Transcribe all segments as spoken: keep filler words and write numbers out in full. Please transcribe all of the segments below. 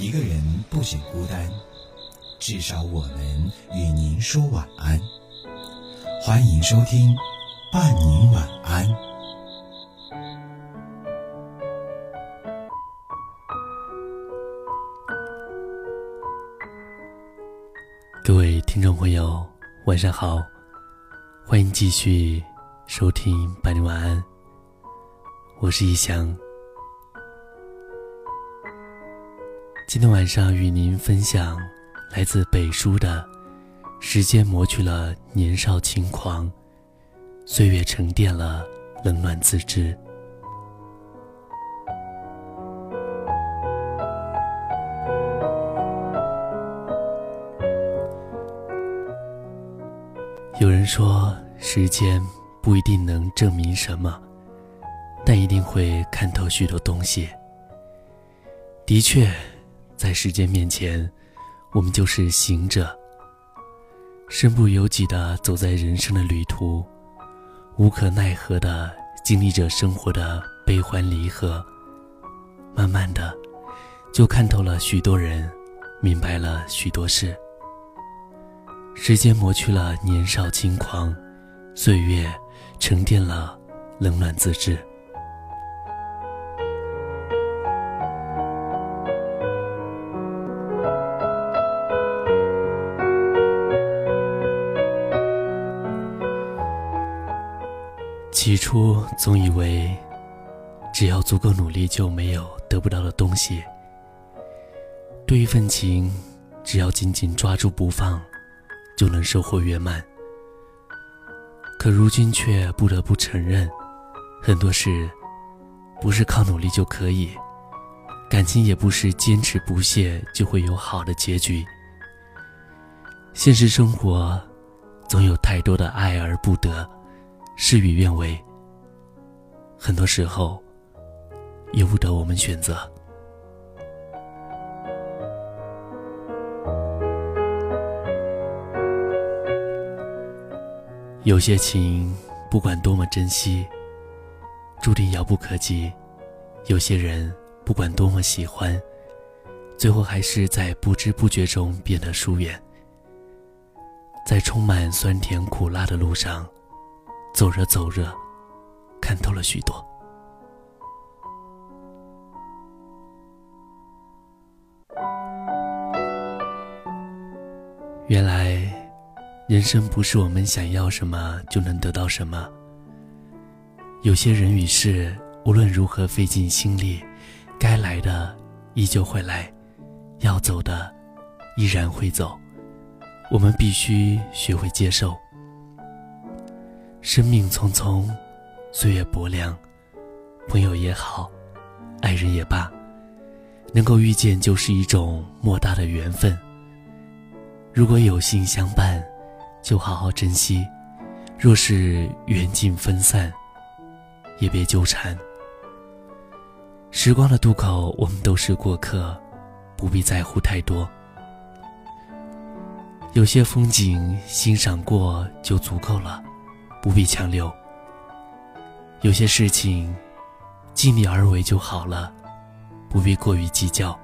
一个人不显孤单，至少我们与您说晚安。欢迎收听伴您晚安。 各位听众朋友，晚上好，欢迎继续收听伴你晚安，我是一翔。今天晚上与您分享来自北书的时间磨去了年少轻狂，岁月沉淀了冷暖自知。有人说时间不一定能证明什么，但一定会看透许多东西。的确，在时间面前，我们就是行者，身不由己地走在人生的旅途，无可奈何地经历着生活的悲欢离合，慢慢的就看透了许多人，明白了许多事。时间磨去了年少轻狂，岁月沉淀了冷暖自知。起初总以为只要足够努力就没有得不到的东西，对一份情只要紧紧抓住不放就能收获圆满。可如今却不得不承认，很多事不是靠努力就可以，感情也不是坚持不懈就会有好的结局。现实生活总有太多的爱而不得，事与愿违，很多时候由不得我们选择。有些情不管多么珍惜，注定遥不可及；有些人不管多么喜欢，最后还是在不知不觉中变得疏远。在充满酸甜苦辣的路上，走着走着，看透了许多。原来人生不是我们想要什么就能得到什么，有些人与事无论如何费尽心力，该来的依旧会来，要走的依然会走，我们必须学会接受。生命匆匆，岁月薄凉，朋友也好，爱人也罢，能够遇见就是一种莫大的缘分。如果有幸相伴，就好好珍惜；若是缘尽分散，也别纠缠。时光的渡口，我们都是过客，不必在乎太多。有些风景欣赏过就足够了，不必强留。有些事情尽力而为就好了，不必过于计较。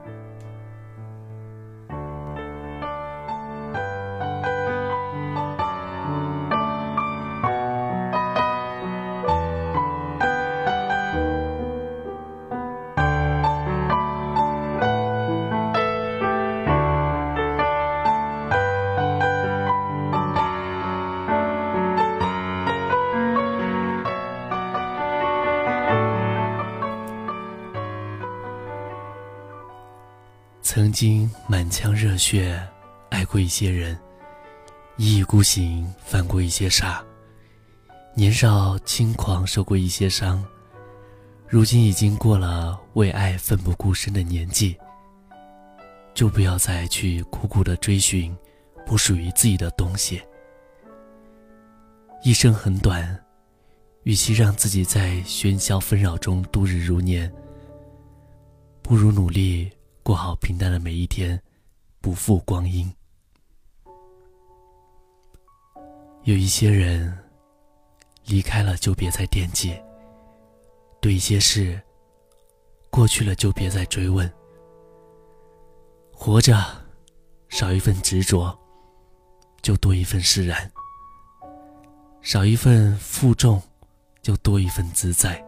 曾经满腔热血爱过一些人，一意孤行犯过一些傻，年少轻狂受过一些伤，如今已经过了为爱奋不顾身的年纪，就不要再去苦苦地追寻不属于自己的东西。一生很短，与其让自己在喧嚣纷扰中度日如年，不如努力过好平淡的每一天，不负光阴。有一些人离开了就别再惦记，对一些事过去了就别再追问。 活着少一份执着，就多一份释然；少一份负重，就多一份自在。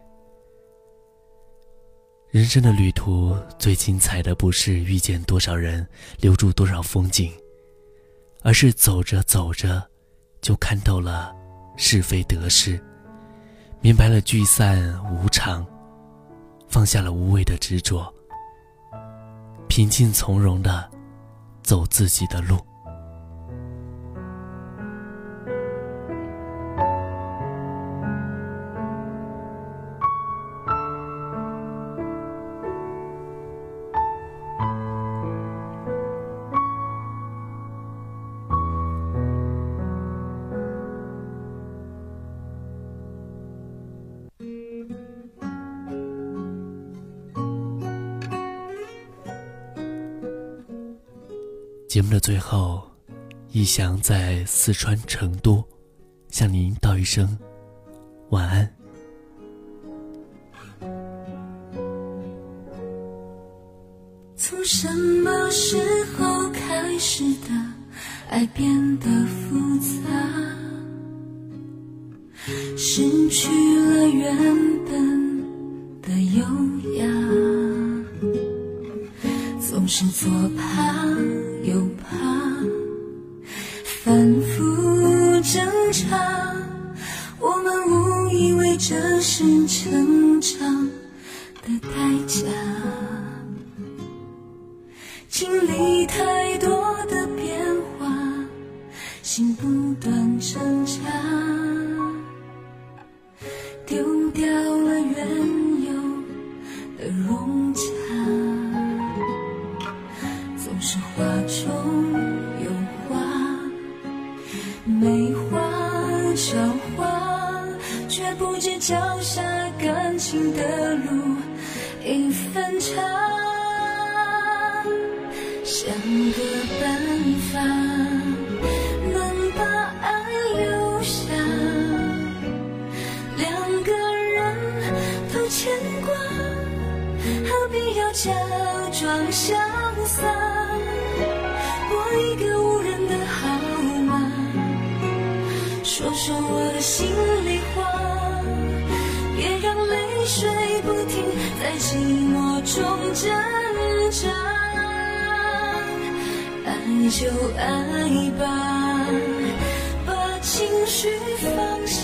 人生的旅途最精彩的不是遇见多少人，留住多少风景，而是走着走着就看透了是非得失，明白了聚散无常，放下了无谓的执着，平静从容地走自己的路。节目的最后，逸翔在四川成都向您道一声晚安。 从什么时候开始的爱变得复杂，失去了原本的优雅，总是左怕右怕，反复挣扎，我们误以为这是成长的代价，经历太多的变化，心不断挣扎，丢掉了原有的融洽，总是画中有画，美化韶华，却不知脚下感情的路已分岔，想个办法能把爱留下，两个人都牵挂，何必要假装潇洒，拨一个无人的号码，说说我的心里话，别让泪水不停在寂寞中挣扎，爱就爱吧，把情绪放下，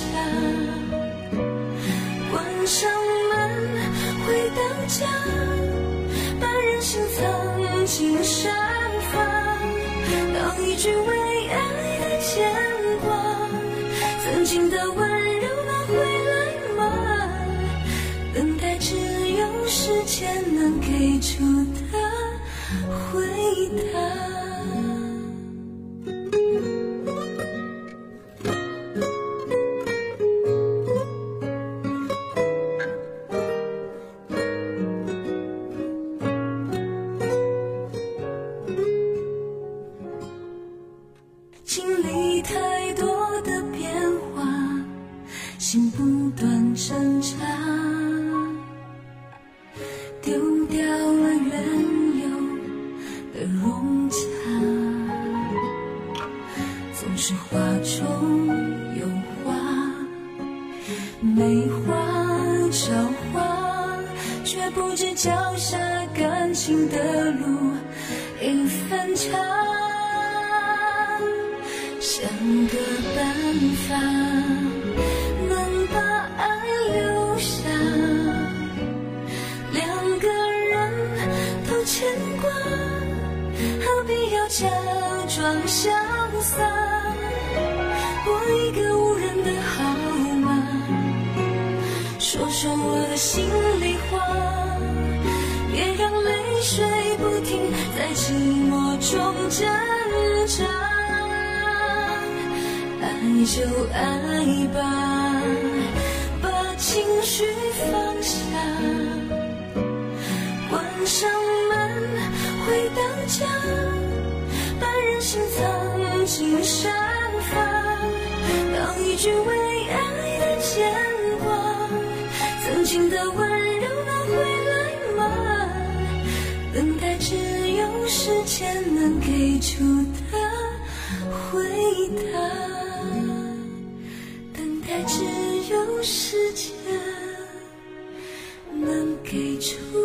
关上门回到家，把人心藏进山房，当一句为爱的牵挂，曾经的温柔拿回来吗？等待只有时间能给出的回答。经历太多的变化，心不断挣扎，丢掉了原有的融洽，总是画中有画，美化韶华，却不知脚下感情的路已分岔，想个办法能把爱留下，两个人都牵挂，何必要假装潇洒，拨一个无人的号码，说说我的心里话，别让泪水不停在寂寞中挣扎，爱就爱吧，把情绪放下，关上门回到家，把人心藏进山房，当一句为爱的牵挂，曾经的温柔拿回来吗？等待只有时间能给出的回答，等待只有时间能给出